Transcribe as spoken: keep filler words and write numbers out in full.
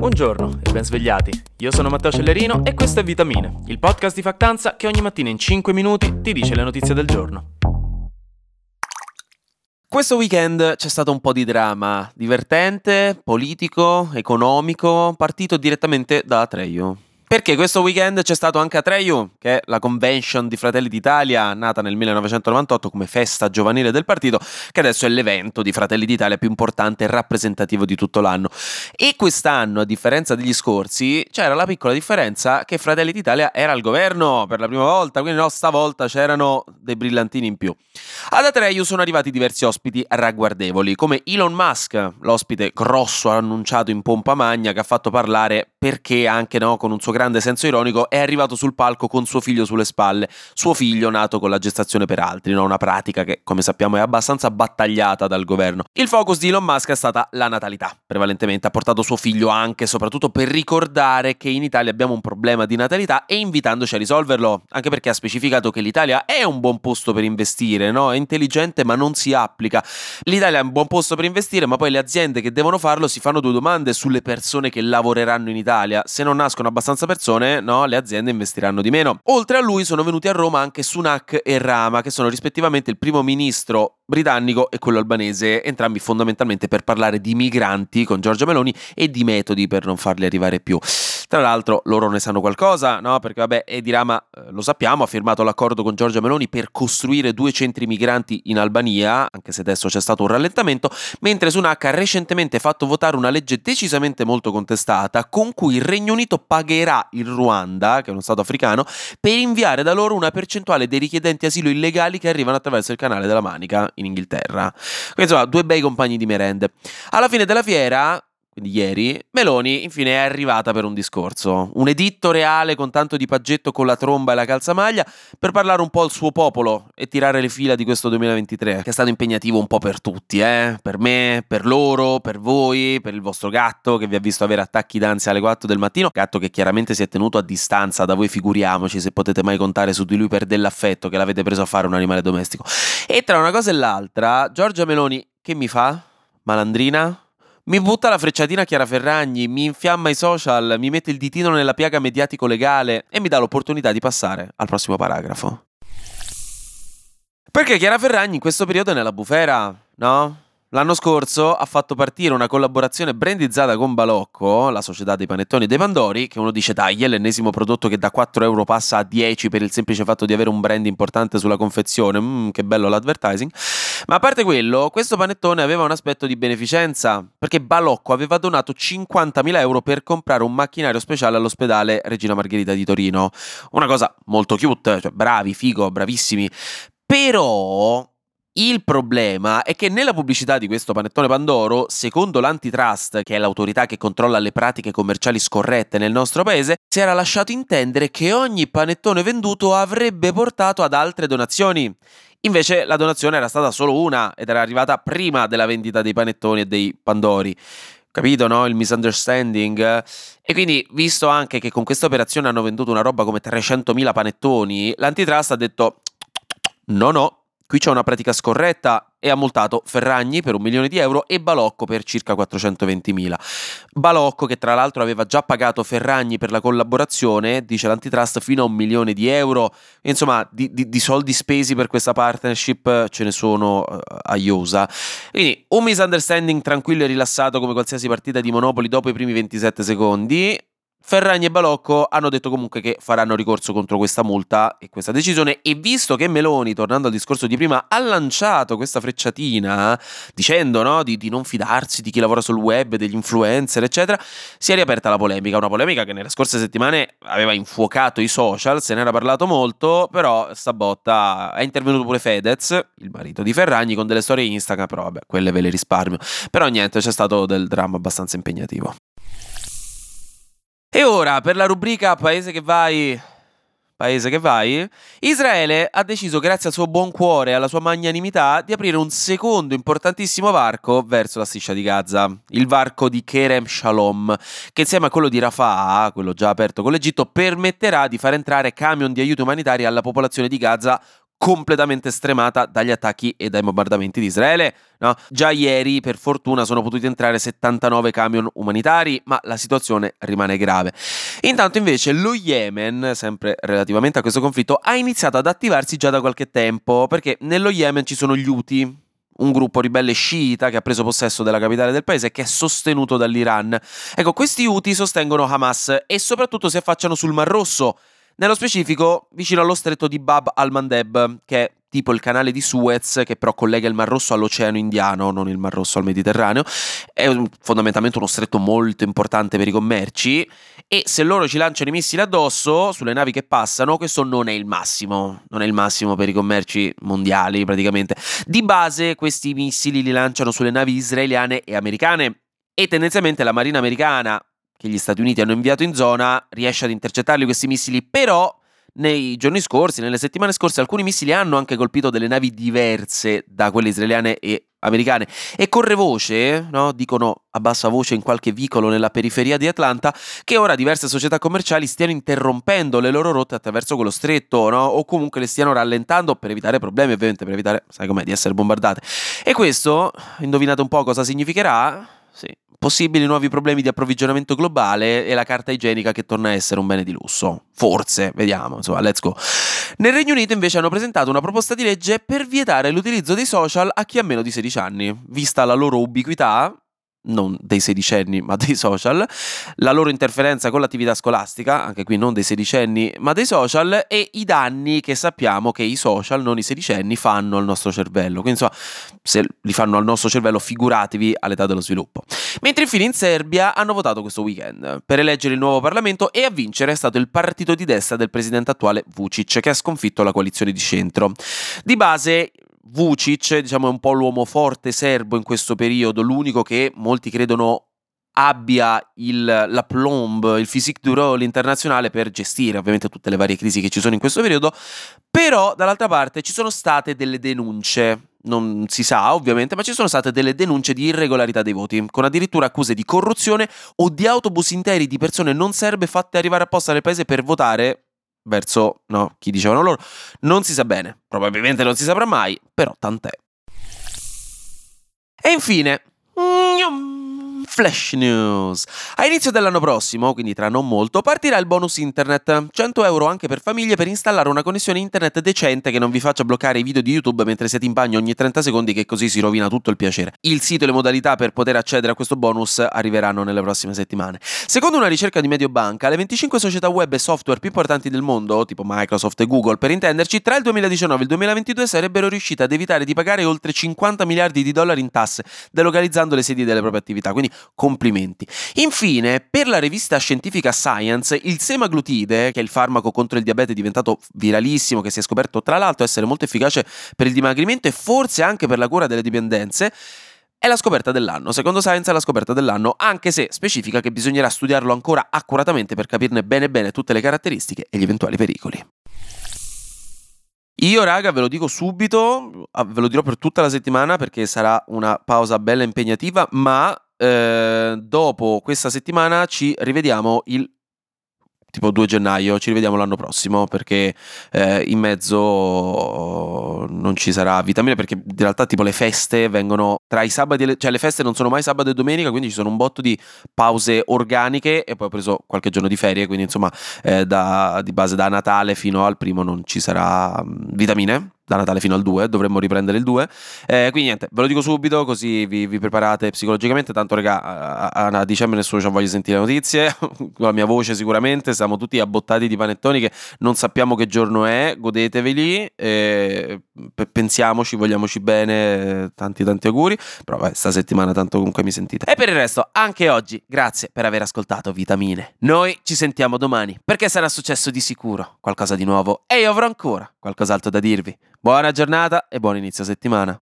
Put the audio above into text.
Buongiorno e ben svegliati. Io sono Matteo Cellerino e questo è Vitamine, il podcast di Factanza che ogni mattina in cinque minuti ti dice le notizie del giorno. Questo weekend c'è stato un po' di dramma, divertente, politico, economico, partito direttamente da Atreju. Perché questo weekend c'è stato anche Atreju, che è la convention di Fratelli d'Italia, nata nel millenovecentonovantotto come festa giovanile del partito, che adesso è l'evento di Fratelli d'Italia più importante e rappresentativo di tutto l'anno. E quest'anno, a differenza degli scorsi, c'era la piccola differenza che Fratelli d'Italia era al governo per la prima volta, quindi no, stavolta c'erano dei brillantini in più. Ad Atreju sono arrivati diversi ospiti ragguardevoli, come Elon Musk, l'ospite grosso annunciato in pompa magna che ha fatto parlare perché anche no, con un suo grande senso ironico è arrivato sul palco con suo figlio sulle spalle, suo figlio nato con la gestazione per altri, no? Una pratica che come sappiamo è abbastanza battagliata dal governo. Il focus di Elon Musk è stata la natalità, prevalentemente ha portato suo figlio anche e soprattutto per ricordare che in Italia abbiamo un problema di natalità e invitandoci a risolverlo, anche perché ha specificato che l'Italia è un buon posto per investire, no? È intelligente ma non si applica. L'Italia è un buon posto per investire, ma poi le aziende che devono farlo si fanno due domande sulle persone che lavoreranno in Italia. Se non nascono abbastanza persone, no, le aziende investiranno di meno. Oltre a lui sono venuti a Roma anche Sunak e Rama, che sono rispettivamente il primo ministro britannico e quello albanese, entrambi fondamentalmente per parlare di migranti con Giorgia Meloni e di metodi per non farli arrivare più. Tra l'altro loro ne sanno qualcosa, no? Perché vabbè, Edi Rama, eh, lo sappiamo, ha firmato l'accordo con Giorgia Meloni per costruire due centri migranti in Albania, anche se adesso c'è stato un rallentamento, mentre Sunak ha recentemente fatto votare una legge decisamente molto contestata con cui il Regno Unito pagherà il Ruanda, che è uno stato africano, per inviare da loro una percentuale dei richiedenti asilo illegali che arrivano attraverso il canale della Manica in Inghilterra. Quindi insomma, due bei compagni di merende. Alla fine della fiera, quindi ieri, Meloni infine è arrivata per un discorso, un editto reale con tanto di paggetto con la tromba e la calzamaglia per parlare un po' al suo popolo e tirare le fila di questo duemilaventitré, che è stato impegnativo un po' per tutti, eh? Per me, per loro, per voi, per il vostro gatto che vi ha visto avere attacchi d'ansia alle quattro del mattino, gatto che chiaramente si è tenuto a distanza da voi, figuriamoci se potete mai contare su di lui per dell'affetto che l'avete preso a fare un animale domestico. E tra una cosa e l'altra, Giorgia Meloni che mi fa? Malandrina? Mi butta la frecciatina a Chiara Ferragni, mi infiamma i social, mi mette il ditino nella piaga mediatico-legale e mi dà l'opportunità di passare al prossimo paragrafo. Perché Chiara Ferragni in questo periodo è nella bufera, no? L'anno scorso ha fatto partire una collaborazione brandizzata con Balocco, la società dei panettoni e dei pandori, che uno dice dai, è l'ennesimo prodotto che da quattro euro passa a dieci per il semplice fatto di avere un brand importante sulla confezione, mm, che bello l'advertising. Ma a parte quello, questo panettone aveva un aspetto di beneficenza, perché Balocco aveva donato cinquantamila euro per comprare un macchinario speciale all'ospedale Regina Margherita di Torino. Una cosa molto cute, cioè bravi, figo, bravissimi. Però il problema è che nella pubblicità di questo panettone Pandoro, secondo l'Antitrust, che è l'autorità che controlla le pratiche commerciali scorrette nel nostro paese, si era lasciato intendere che ogni panettone venduto avrebbe portato ad altre donazioni. Invece la donazione era stata solo una ed era arrivata prima della vendita dei panettoni e dei pandori. Capito, no? Il misunderstanding. E quindi, visto anche che con questa operazione hanno venduto una roba come trecentomila panettoni, l'Antitrust ha detto no no, qui c'è una pratica scorretta e ha multato Ferragni per un milione di euro e Balocco per circa quattrocentoventimila. Balocco, che tra l'altro aveva già pagato Ferragni per la collaborazione, dice l'Antitrust, fino a un milione di euro. Insomma, di, di, di soldi spesi per questa partnership ce ne sono uh, a iosa. Quindi un misunderstanding tranquillo e rilassato come qualsiasi partita di Monopoli dopo i primi ventisette secondi. Ferragni e Balocco hanno detto comunque che faranno ricorso contro questa multa e questa decisione, e visto che Meloni, tornando al discorso di prima, ha lanciato questa frecciatina dicendo no, di, di non fidarsi di chi lavora sul web, degli influencer eccetera, si è riaperta la polemica, una polemica che nelle scorse settimane aveva infuocato i social, se ne era parlato molto, però stavolta è intervenuto pure Fedez, il marito di Ferragni, con delle storie Instagram, però vabbè, quelle ve le risparmio, però niente, c'è stato del dramma abbastanza impegnativo. E ora, per la rubrica Paese che vai, paese che vai, Israele ha deciso, grazie al suo buon cuore e alla sua magnanimità, di aprire un secondo importantissimo varco verso la striscia di Gaza, il varco di Kerem Shalom, che insieme a quello di Rafah, quello già aperto con l'Egitto, permetterà di far entrare camion di aiuti umanitari alla popolazione di Gaza completamente stremata dagli attacchi e dai bombardamenti di Israele, no? Già ieri, per fortuna, sono potuti entrare settantanove camion umanitari, ma la situazione rimane grave. Intanto invece lo Yemen, sempre relativamente a questo conflitto, ha iniziato ad attivarsi già da qualche tempo, perché nello Yemen ci sono gli Houthi, un gruppo ribelle sciita che ha preso possesso della capitale del paese e che è sostenuto dall'Iran. Ecco, questi Houthi sostengono Hamas e soprattutto si affacciano sul Mar Rosso, nello specifico vicino allo stretto di Bab al-Mandeb, che è tipo il canale di Suez, che però collega il Mar Rosso all'Oceano Indiano, non il Mar Rosso al Mediterraneo. È un, fondamentalmente uno stretto molto importante per i commerci, e se loro ci lanciano i missili addosso sulle navi che passano, questo non è il massimo, non è il massimo per i commerci mondiali praticamente. Di base questi missili li lanciano sulle navi israeliane e americane, e tendenzialmente la marina americana, che gli Stati Uniti hanno inviato in zona, riesce ad intercettarli questi missili, però nei giorni scorsi, nelle settimane scorse, alcuni missili hanno anche colpito delle navi diverse da quelle israeliane e americane, e corre voce, no? Dicono a bassa voce in qualche vicolo nella periferia di Atlanta, che ora diverse società commerciali stiano interrompendo le loro rotte attraverso quello stretto, no? O comunque le stiano rallentando per evitare problemi, ovviamente per evitare, sai com'è, di essere bombardate. E questo, indovinate un po' cosa significherà? Sì, possibili nuovi problemi di approvvigionamento globale e la carta igienica che torna a essere un bene di lusso. Forse, vediamo, insomma, let's go. Nel Regno Unito invece hanno presentato una proposta di legge per vietare l'utilizzo dei social a chi ha meno di sedici anni, vista la loro ubiquità, non dei sedicenni ma dei social, la loro interferenza con l'attività scolastica, anche qui non dei sedicenni ma dei social, e i danni che sappiamo che i social, non i sedicenni, fanno al nostro cervello. Quindi insomma, se li fanno al nostro cervello, figuratevi all'età dello sviluppo. Mentre infine in Serbia hanno votato questo weekend per eleggere il nuovo Parlamento, e a vincere è stato il partito di destra del presidente attuale Vučić, che ha sconfitto la coalizione di centro. Di base Vučić, diciamo, è un po' l'uomo forte serbo in questo periodo, l'unico che molti credono abbia il, la plomb, il physique du rôle internazionale per gestire ovviamente tutte le varie crisi che ci sono in questo periodo. Però dall'altra parte ci sono state delle denunce, non si sa ovviamente, ma ci sono state delle denunce di irregolarità dei voti, con addirittura accuse di corruzione o di autobus interi di persone non serbe fatte arrivare apposta nel paese per votare verso, no, chi dicevano loro. Non si sa bene, probabilmente non si saprà mai, però tant'è. E infine, flash news. A inizio dell'anno prossimo, quindi tra non molto, partirà il bonus internet, cento euro anche per famiglie per installare una connessione internet decente che non vi faccia bloccare i video di YouTube mentre siete in bagno ogni trenta secondi, che così si rovina tutto il piacere. Il sito e le modalità per poter accedere a questo bonus arriveranno nelle prossime settimane. Secondo una ricerca di Mediobanca, le venticinque società web e software più importanti del mondo, tipo Microsoft e Google per intenderci, tra il duemiladiciannove e il duemilaventidue sarebbero riuscite ad evitare di pagare oltre cinquanta miliardi di dollari in tasse, delocalizzando le sedi delle proprie attività, quindi complimenti. Infine, per la rivista scientifica Science, il semaglutide, che è il farmaco contro il diabete diventato viralissimo, che si è scoperto tra l'altro essere molto efficace per il dimagrimento e forse anche per la cura delle dipendenze, è la scoperta dell'anno. Secondo Science è la scoperta dell'anno, anche se specifica che bisognerà studiarlo ancora accuratamente per capirne bene bene tutte le caratteristiche e gli eventuali pericoli. Io, raga, ve lo dico subito, ve lo dirò per tutta la settimana perché sarà una pausa bella impegnativa, ma eh, dopo questa settimana ci rivediamo il tipo due gennaio, ci rivediamo l'anno prossimo, perché eh, in mezzo non ci sarà vitamina, perché in realtà tipo le feste vengono tra i sabati e le, cioè le feste non sono mai sabato e domenica, quindi ci sono un botto di pause organiche e poi ho preso qualche giorno di ferie, quindi insomma eh, da, di base da Natale fino al primo non ci sarà mh, vitamine. Da Natale fino al due, dovremmo riprendere il due, eh, quindi niente, ve lo dico subito così vi, vi preparate psicologicamente, tanto raga a, a, a dicembre nessuno ci voglia sentire notizie, con la mia voce sicuramente, siamo tutti abbottati di panettoni che non sappiamo che giorno è, godeteveli, eh, pensiamoci, vogliamoci bene, tanti tanti auguri, però beh, sta settimana tanto comunque mi sentite. E per il resto, anche oggi, grazie per aver ascoltato Vitamine, noi ci sentiamo domani, perché sarà successo di sicuro qualcosa di nuovo e io avrò ancora qualcos'altro da dirvi. Buona giornata e buon inizio settimana.